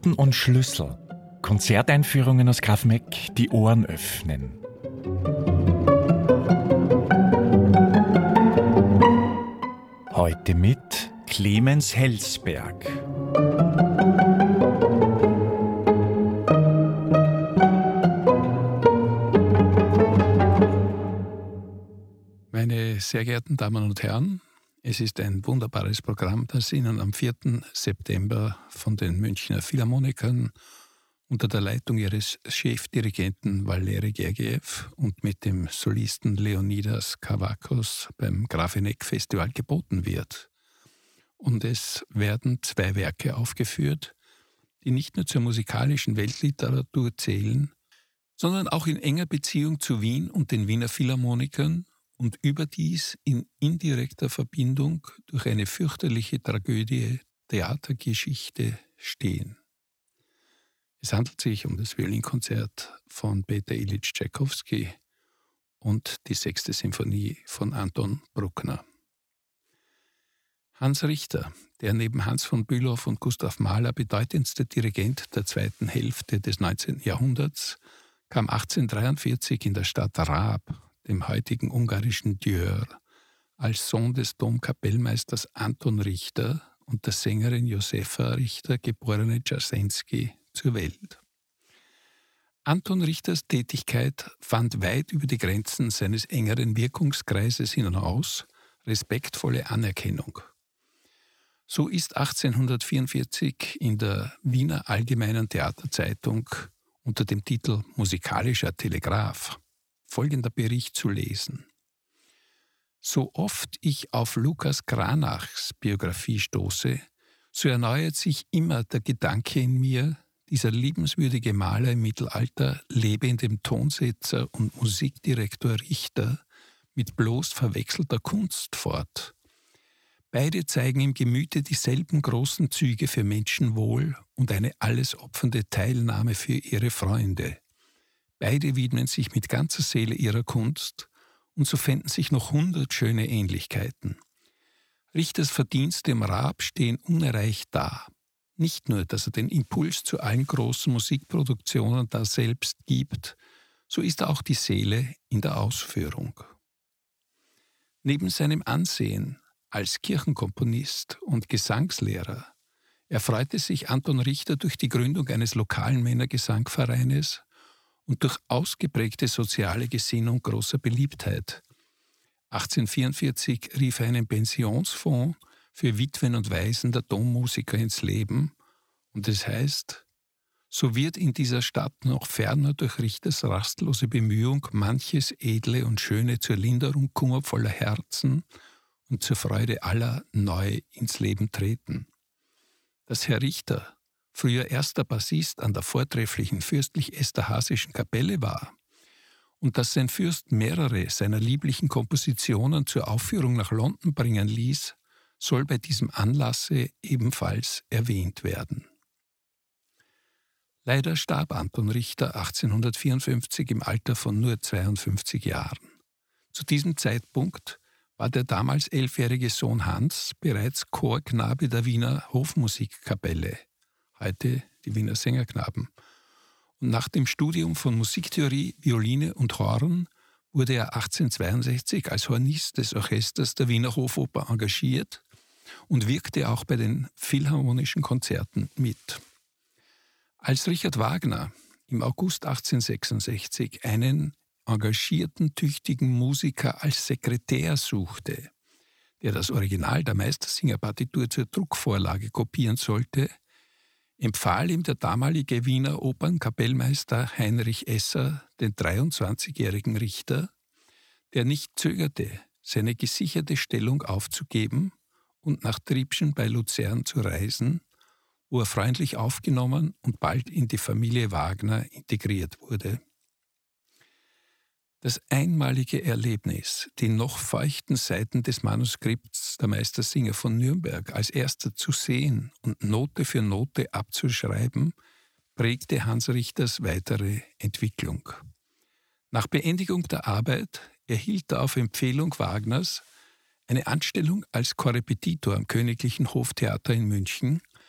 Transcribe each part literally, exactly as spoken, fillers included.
Noten und Schlüssel. Konzerteinführungen aus Graf Meck, die Ohren öffnen. Heute mit Clemens Helsberg. Meine sehr geehrten Damen und Herren, es ist ein wunderbares Programm, das Ihnen am vierten September von den Münchner Philharmonikern unter der Leitung ihres Chefdirigenten Valeri Gergiev und mit dem Solisten Leonidas Kavakos beim Grafeneck Festival geboten wird. Und es werden zwei Werke aufgeführt, die nicht nur zur musikalischen Weltliteratur zählen, sondern auch in enger Beziehung zu Wien und den Wiener Philharmonikern und überdies in indirekter Verbindung durch eine fürchterliche Tragödie Theatergeschichte stehen. Es handelt sich um das Violinkonzert von Peter Ilyich Tschaikowski und die sechste Sinfonie von Anton Bruckner. Hans Richter, der neben Hans von Bülow und Gustav Mahler bedeutendste Dirigent der zweiten Hälfte des neunzehnten Jahrhunderts, kam achtzehnhundertdreiundvierzig in der Stadt Raab, dem heutigen ungarischen Győr, als Sohn des Domkapellmeisters Anton Richter und der Sängerin Josefa Richter, geborene Jarzensky, zur Welt. Anton Richters Tätigkeit fand weit über die Grenzen seines engeren Wirkungskreises hinaus respektvolle Anerkennung. So ist achtzehnhundertvierundvierzig in der Wiener Allgemeinen Theaterzeitung unter dem Titel Musikalischer Telegraph folgender Bericht zu lesen. So oft ich auf Lukas Cranachs Biografie stoße, so erneuert sich immer der Gedanke in mir, dieser liebenswürdige Maler im Mittelalter lebe in dem Tonsetzer und Musikdirektor Richter mit bloß verwechselter Kunst fort. Beide zeigen im Gemüte dieselben großen Züge für Menschenwohl und eine alles opfernde Teilnahme für ihre Freunde. Beide widmen sich mit ganzer Seele ihrer Kunst und so fänden sich noch hundert schöne Ähnlichkeiten. Richters Verdienste im Raab stehen unerreicht da. Nicht nur, dass er den Impuls zu allen großen Musikproduktionen da selbst gibt, so ist auch die Seele in der Ausführung. Neben seinem Ansehen als Kirchenkomponist und Gesangslehrer erfreute sich Anton Richter durch die Gründung eines lokalen Männergesangvereines und durch ausgeprägte soziale Gesinnung großer Beliebtheit. achtzehnhundertvierundvierzig rief er einen Pensionsfonds für Witwen und Waisen der Dommusiker ins Leben und es heißt, so wird in dieser Stadt noch ferner durch Richters rastlose Bemühung manches Edle und Schöne zur Linderung kummervoller Herzen und zur Freude aller neu ins Leben treten. Dass Herr Richter früher erster Bassist an der vortrefflichen fürstlich-esterhazischen Kapelle war und dass sein Fürst mehrere seiner lieblichen Kompositionen zur Aufführung nach London bringen ließ, soll bei diesem Anlasse ebenfalls erwähnt werden. Leider starb Anton Richter achtzehnhundertvierundfünfzig im Alter von nur zweiundfünfzig Jahren. Zu diesem Zeitpunkt war der damals elfjährige Sohn Hans bereits Chorknabe der Wiener Hofmusikkapelle, heute die Wiener Sängerknaben. Und nach dem Studium von Musiktheorie, Violine und Horn wurde er achtzehnhundertzweiundsechzig als Hornist des Orchesters der Wiener Hofoper engagiert und wirkte auch bei den philharmonischen Konzerten mit. Als Richard Wagner im August achtzehnhundertsechsundsechzig einen engagierten, tüchtigen Musiker als Sekretär suchte, der das Original der Meistersingerpartitur zur Druckvorlage kopieren sollte, empfahl ihm der damalige Wiener Opernkapellmeister Heinrich Esser den dreiundzwanzigjährigen Richter, der nicht zögerte, seine gesicherte Stellung aufzugeben und nach Triebschen bei Luzern zu reisen, wo er freundlich aufgenommen und bald in die Familie Wagner integriert wurde. Das einmalige Erlebnis, die noch feuchten Seiten des Manuskripts der Meistersinger von Nürnberg als erster zu sehen und Note für Note abzuschreiben, prägte Hans Richters weitere Entwicklung. Nach Beendigung der Arbeit erhielt er auf Empfehlung Wagners eine Anstellung als Korrepetitor am Königlichen Hoftheater in München,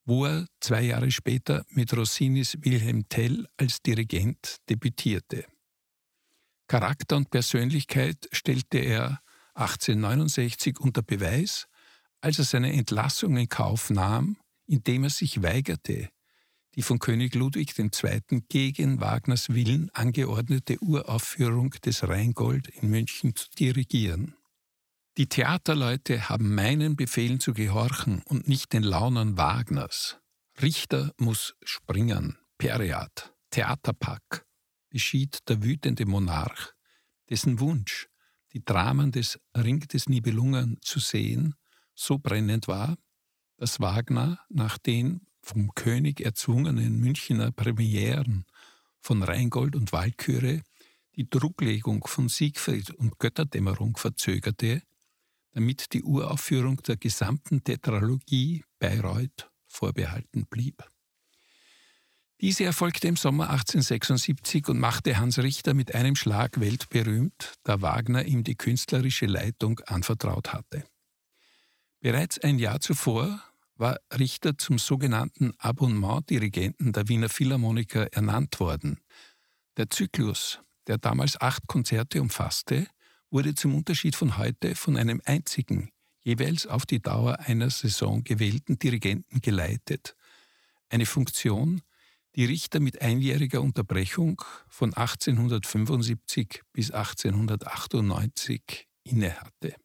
wo er zwei Jahre später mit Rossinis Wilhelm Tell als Dirigent debütierte. Charakter und Persönlichkeit stellte er achtzehnhundertneunundsechzig unter Beweis, als er seine Entlassung in Kauf nahm, indem er sich weigerte, die von König Ludwig der Zweite gegen Wagners Willen angeordnete Uraufführung des Rheingold in München zu dirigieren. Die Theaterleute haben meinen Befehlen zu gehorchen und nicht den Launen Wagners. Richter muss springen, Pereat, Theaterpack, beschied der wütende Monarch, dessen Wunsch, die Dramen des Ring des Nibelungen zu sehen, so brennend war, dass Wagner nach den vom König erzwungenen Münchner Premieren von Rheingold und Walküre die Drucklegung von Siegfried und Götterdämmerung verzögerte, damit die Uraufführung der gesamten Tetralogie Bayreuth vorbehalten blieb. Diese erfolgte im Sommer achtzehnhundertsechsundsiebzig und machte Hans Richter mit einem Schlag weltberühmt, da Wagner ihm die künstlerische Leitung anvertraut hatte. Bereits ein Jahr zuvor war Richter zum sogenannten Abonnement-Dirigenten der Wiener Philharmoniker ernannt worden. Der Zyklus, der damals acht Konzerte umfasste, wurde zum Unterschied von heute von einem einzigen, jeweils auf die Dauer einer Saison gewählten Dirigenten geleitet. Eine Funktion, die Richter mit einjähriger Unterbrechung von achtzehnhundertfünfundsiebzig bis achtzehnhundertachtundneunzig innehatte.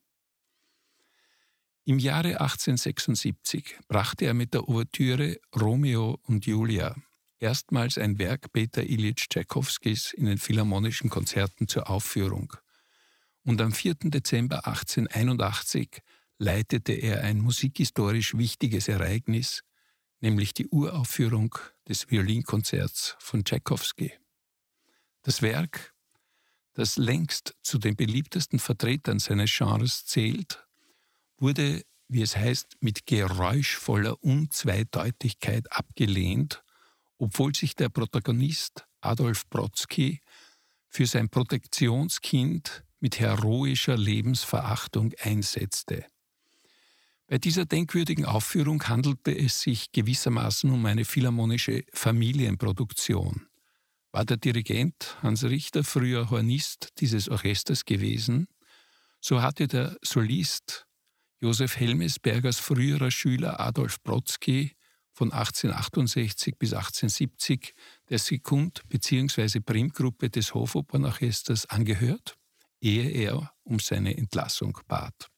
Im Jahre achtzehnhundertsechsundsiebzig brachte er mit der Ouvertüre Romeo und Julia erstmals ein Werk Peter Iljitsch Tschaikowskis in den Philharmonischen Konzerten zur Aufführung. Und am vierten Dezember achtzehnhunderteinundachtzig leitete er ein musikhistorisch wichtiges Ereignis, nämlich die Uraufführung des Violinkonzerts von Tschaikowski. Das Werk, das längst zu den beliebtesten Vertretern seines Genres zählt, wurde, wie es heißt, mit geräuschvoller Unzweideutigkeit abgelehnt, obwohl sich der Protagonist Adolf Brodsky für sein Protektionskind mit heroischer Lebensverachtung einsetzte. Bei dieser denkwürdigen Aufführung handelte es sich gewissermaßen um eine philharmonische Familienproduktion. War der Dirigent Hans Richter früher Hornist dieses Orchesters gewesen, so hatte der Solist Josef Helmesbergers früherer Schüler Adolf Brodsky von achtzehnhundertachtundsechzig bis achtzehnhundertsiebzig der Sekund- bzw. Primgruppe des Hofopernorchesters angehört, ehe er um seine Entlassung bat.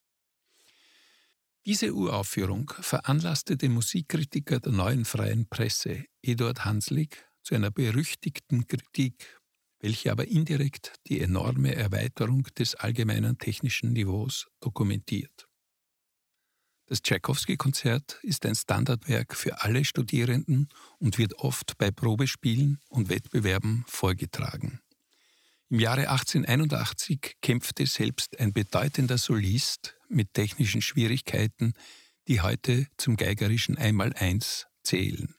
Diese Uraufführung veranlasste den Musikkritiker der Neuen Freien Presse, Eduard Hanslick, zu einer berüchtigten Kritik, welche aber indirekt die enorme Erweiterung des allgemeinen technischen Niveaus dokumentiert. Das Tschaikowski-Konzert ist ein Standardwerk für alle Studierenden und wird oft bei Probespielen und Wettbewerben vorgetragen. Im Jahre achtzehnhunderteinundachtzig kämpfte selbst ein bedeutender Solist mit technischen Schwierigkeiten, die heute zum geigerischen Einmaleins zählen.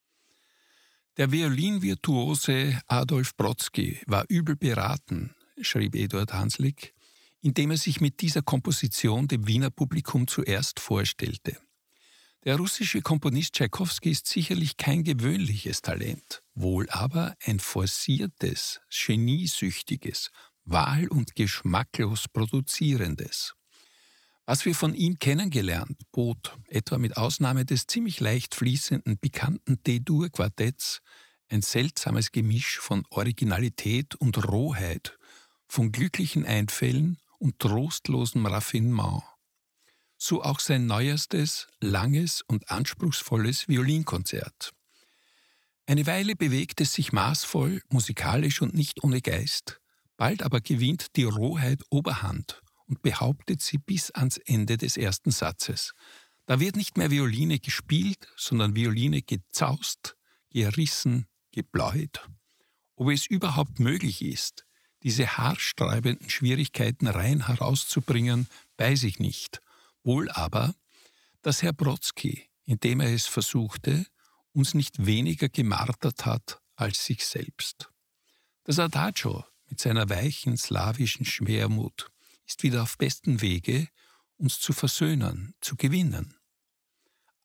Der Violinvirtuose Adolf Brodsky war übel beraten, schrieb Eduard Hanslick, indem er sich mit dieser Komposition dem Wiener Publikum zuerst vorstellte. Der russische Komponist Tschaikowski ist sicherlich kein gewöhnliches Talent, wohl aber ein forciertes, geniesüchtiges, wahl- und geschmacklos produzierendes. Was wir von ihm kennengelernt, bot, etwa mit Ausnahme des ziemlich leicht fließenden, pikanten D-Dur-Quartetts, ein seltsames Gemisch von Originalität und Rohheit, von glücklichen Einfällen und trostlosem Raffinement. So auch sein neuestes, langes und anspruchsvolles Violinkonzert. Eine Weile bewegt es sich maßvoll, musikalisch und nicht ohne Geist, bald aber gewinnt die Rohheit Oberhand und behauptet sie bis ans Ende des ersten Satzes. Da wird nicht mehr Violine gespielt, sondern Violine gezaust, gerissen, gebläut. Ob es überhaupt möglich ist, diese haarsträubenden Schwierigkeiten rein herauszubringen, weiß ich nicht. Wohl aber, dass Herr Brodsky, indem er es versuchte, uns nicht weniger gemartert hat als sich selbst. Das Adagio mit seiner weichen slawischen Schwermut ist wieder auf bestem Wege, uns zu versöhnen, zu gewinnen.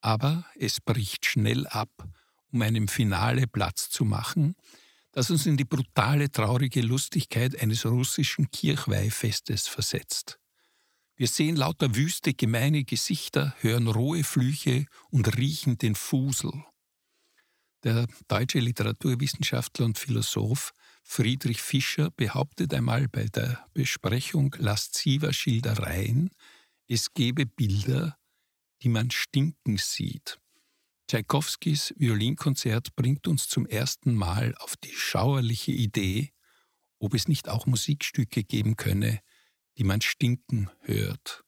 Aber es bricht schnell ab, um einem Finale Platz zu machen, das uns in die brutale, traurige Lustigkeit eines russischen Kirchweihfestes versetzt. Wir sehen lauter wüste, gemeine Gesichter, hören rohe Flüche und riechen den Fusel. Der deutsche Literaturwissenschaftler und Philosoph Friedrich Fischer behauptet einmal bei der Besprechung lasziver Schildereien, es gebe Bilder, die man stinken sieht. Tschaikowskis Violinkonzert bringt uns zum ersten Mal auf die schauerliche Idee, ob es nicht auch Musikstücke geben könne, die man stinken hört.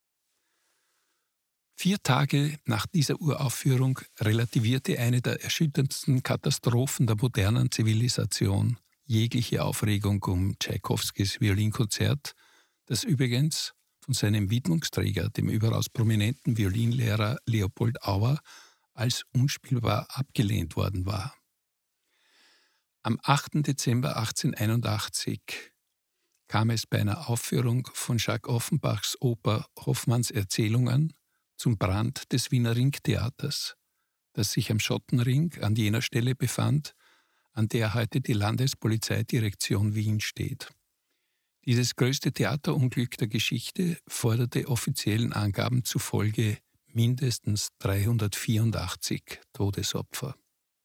Vier Tage nach dieser Uraufführung relativierte eine der erschütterndsten Katastrophen der modernen Zivilisation jegliche Aufregung um Tschaikowskis Violinkonzert, das übrigens von seinem Widmungsträger, dem überaus prominenten Violinlehrer Leopold Auer, als unspielbar abgelehnt worden war. Am achten Dezember achtzehnhunderteinundachtzig kam es bei einer Aufführung von Jacques Offenbachs Oper Hoffmanns Erzählungen zum Brand des Wiener Ringtheaters, das sich am Schottenring an jener Stelle befand, an der heute die Landespolizeidirektion Wien steht. Dieses größte Theaterunglück der Geschichte forderte offiziellen Angaben zufolge mindestens dreihundertvierundachtzig Todesopfer.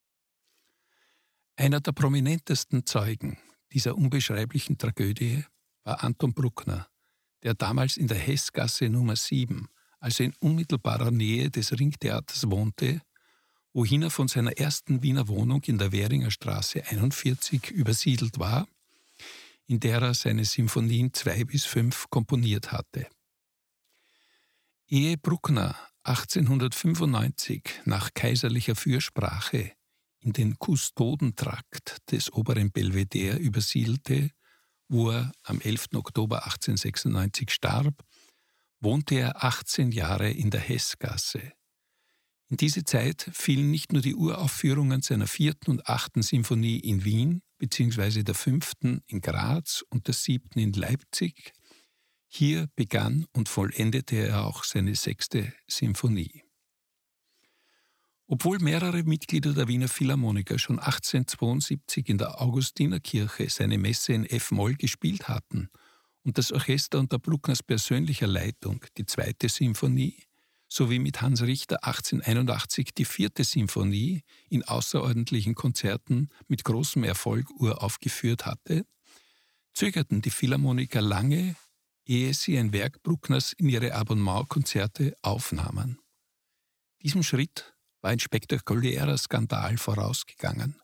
Einer der prominentesten Zeugen dieser unbeschreiblichen Tragödie war Anton Bruckner, der damals in der Heßgasse Nummer sieben, also in unmittelbarer Nähe des Ringtheaters wohnte, wohin er von seiner ersten Wiener Wohnung in der Währinger Straße einundvierzig übersiedelt war, in der er seine Symphonien zwei bis fünf komponiert hatte. Ehe Bruckner achtzehnhundertfünfundneunzig nach kaiserlicher Fürsprache in den Kustodentrakt des oberen Belvedere übersiedelte, wo er am elften Oktober achtzehnhundertsechsundneunzig starb, wohnte er achtzehn Jahre in der Heßgasse. In diese Zeit fielen nicht nur die Uraufführungen seiner vierten und achten Symphonie in Wien, beziehungsweise der fünften in Graz und der siebten in Leipzig. Hier begann und vollendete er auch seine sechste Symphonie. Obwohl mehrere Mitglieder der Wiener Philharmoniker schon achtzehnhundertzweiundsiebzig in der Augustinerkirche seine Messe in F-Moll gespielt hatten und das Orchester unter Bruckners persönlicher Leitung die zweite Symphonie sowie mit Hans Richter achtzehnhunderteinundachtzig die vierte Symphonie in außerordentlichen Konzerten mit großem Erfolg uraufgeführt hatte, zögerten die Philharmoniker lange, ehe sie ein Werk Bruckners in ihre Abonnementkonzerte aufnahmen. Diesem Schritt war ein spektakulärer Skandal vorausgegangen.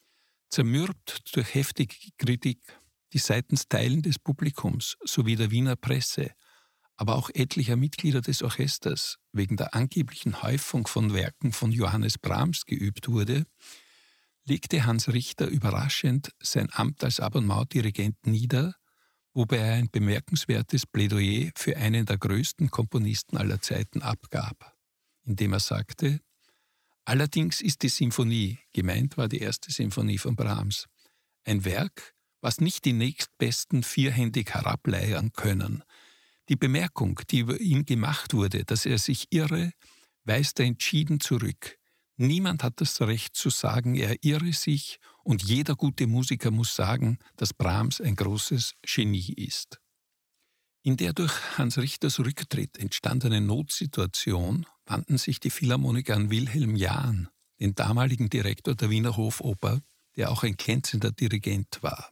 Zermürbt durch heftige Kritik, die seitens Teilen des Publikums sowie der Wiener Presse, aber auch etlicher Mitglieder des Orchesters wegen der angeblichen Häufung von Werken von Johannes Brahms geübt wurde, legte Hans Richter überraschend sein Amt als Abonnementdirigent nieder, wobei er ein bemerkenswertes Plädoyer für einen der größten Komponisten aller Zeiten abgab, indem er sagte: Allerdings ist die Symphonie, gemeint war die erste Symphonie von Brahms, ein Werk, was nicht die nächstbesten vierhändig herableiern können. Die Bemerkung, die über ihn gemacht wurde, dass er sich irre, weist er entschieden zurück. Niemand hat das Recht zu sagen, er irre sich, und jeder gute Musiker muss sagen, dass Brahms ein großes Genie ist. In der durch Hans Richters Rücktritt entstandenen Notsituation wandten sich die Philharmoniker an Wilhelm Jahn, den damaligen Direktor der Wiener Hofoper, der auch ein glänzender Dirigent war.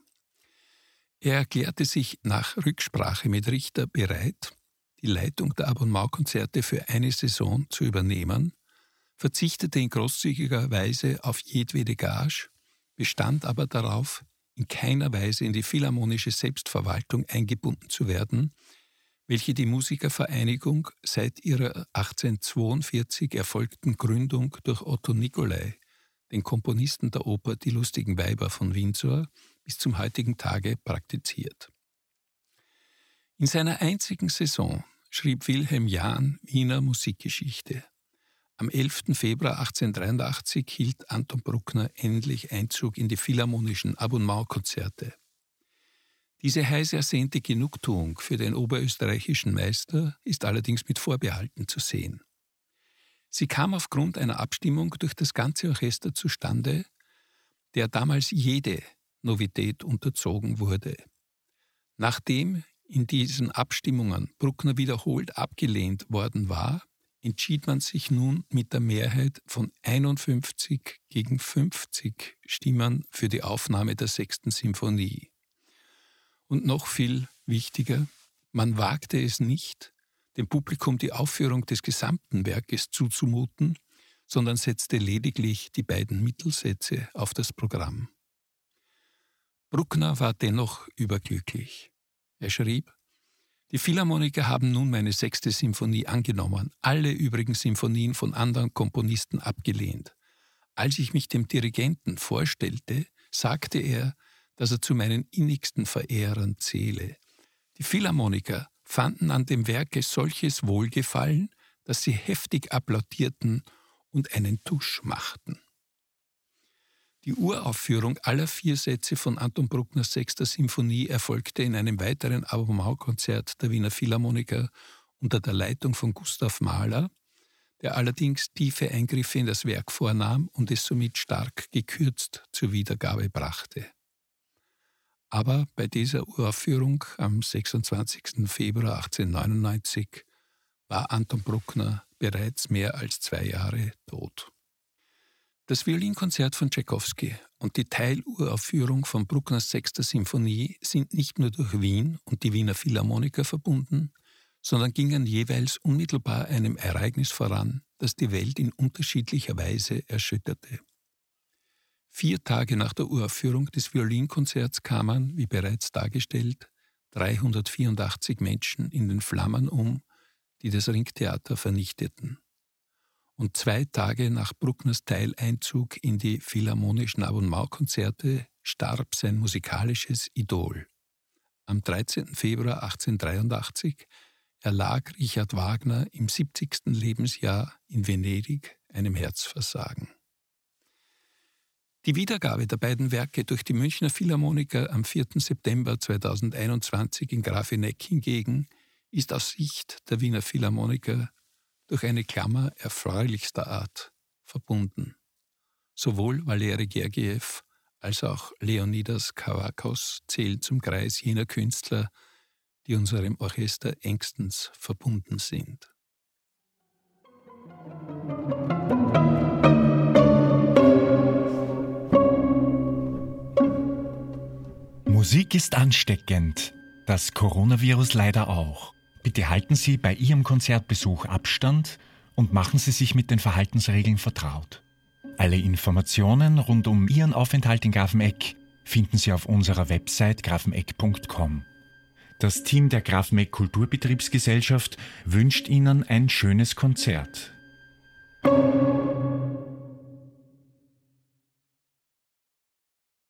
Er erklärte sich nach Rücksprache mit Richter bereit, die Leitung der Abonnementkonzerte für eine Saison zu übernehmen, verzichtete in großzügiger Weise auf jedwede Gage, bestand aber darauf, in keiner Weise in die philharmonische Selbstverwaltung eingebunden zu werden, welche die Musikervereinigung seit ihrer achtzehnhundertzweiundvierzig erfolgten Gründung durch Otto Nicolai, den Komponisten der Oper Die lustigen Weiber von Windsor, bis zum heutigen Tage praktiziert. In seiner einzigen Saison schrieb Wilhelm Jahn Wiener Musikgeschichte. Am elften Februar achtzehnhundertdreiundachtzig hielt Anton Bruckner endlich Einzug in die philharmonischen Abonnementkonzerte. Diese heiß ersehnte Genugtuung für den oberösterreichischen Meister ist allerdings mit Vorbehalten zu sehen. Sie kam aufgrund einer Abstimmung durch das ganze Orchester zustande, der damals jede Novität unterzogen wurde. Nachdem in diesen Abstimmungen Bruckner wiederholt abgelehnt worden war, entschied man sich nun mit der Mehrheit von einundfünfzig gegen fünfzig Stimmen für die Aufnahme der sechsten Symphonie. Und noch viel wichtiger, man wagte es nicht, dem Publikum die Aufführung des gesamten Werkes zuzumuten, sondern setzte lediglich die beiden Mittelsätze auf das Programm. Bruckner war dennoch überglücklich. Er schrieb: Die Philharmoniker haben nun meine sechste Symphonie angenommen, alle übrigen Symphonien von anderen Komponisten abgelehnt. Als ich mich dem Dirigenten vorstellte, sagte er, dass er zu meinen innigsten Verehrern zähle. Die Philharmoniker fanden an dem Werke solches Wohlgefallen, dass sie heftig applaudierten und einen Tusch machten. Die Uraufführung aller vier Sätze von Anton Bruckners sechster Symphonie erfolgte in einem weiteren Abendmahlkonzert der Wiener Philharmoniker unter der Leitung von Gustav Mahler, der allerdings tiefe Eingriffe in das Werk vornahm und es somit stark gekürzt zur Wiedergabe brachte. Aber bei dieser Uraufführung am sechsundzwanzigsten Februar achtzehnhundertneunundneunzig war Anton Bruckner bereits mehr als zwei Jahre tot. Das Violinkonzert von Tschaikowski und die Teiluraufführung von Bruckners sechster Symphonie sind nicht nur durch Wien und die Wiener Philharmoniker verbunden, sondern gingen jeweils unmittelbar einem Ereignis voran, das die Welt in unterschiedlicher Weise erschütterte. Vier Tage nach der Uraufführung des Violinkonzerts kamen, wie bereits dargestellt, dreihundertvierundachtzig Menschen in den Flammen um, die das Ringtheater vernichteten. Und zwei Tage nach Bruckners Teileinzug in die Philharmonischen Abendmahlkonzerte starb sein musikalisches Idol. Am dreizehnten Februar achtzehnhundertdreiundachtzig erlag Richard Wagner im siebzigsten Lebensjahr in Venedig einem Herzversagen. Die Wiedergabe der beiden Werke durch die Münchner Philharmoniker am vierten September zweitausendeinundzwanzig in Grafeneck hingegen ist aus Sicht der Wiener Philharmoniker durch eine Klammer erfreulichster Art verbunden. Sowohl Valery Gergiev als auch Leonidas Kavakos zählen zum Kreis jener Künstler, die unserem Orchester engstens verbunden sind. Musik ist ansteckend, das Coronavirus leider auch. Bitte halten Sie bei Ihrem Konzertbesuch Abstand und machen Sie sich mit den Verhaltensregeln vertraut. Alle Informationen rund um Ihren Aufenthalt in Grafeneck finden Sie auf unserer Website grafeneck punkt com. Das Team der Grafeneck Kulturbetriebsgesellschaft wünscht Ihnen ein schönes Konzert.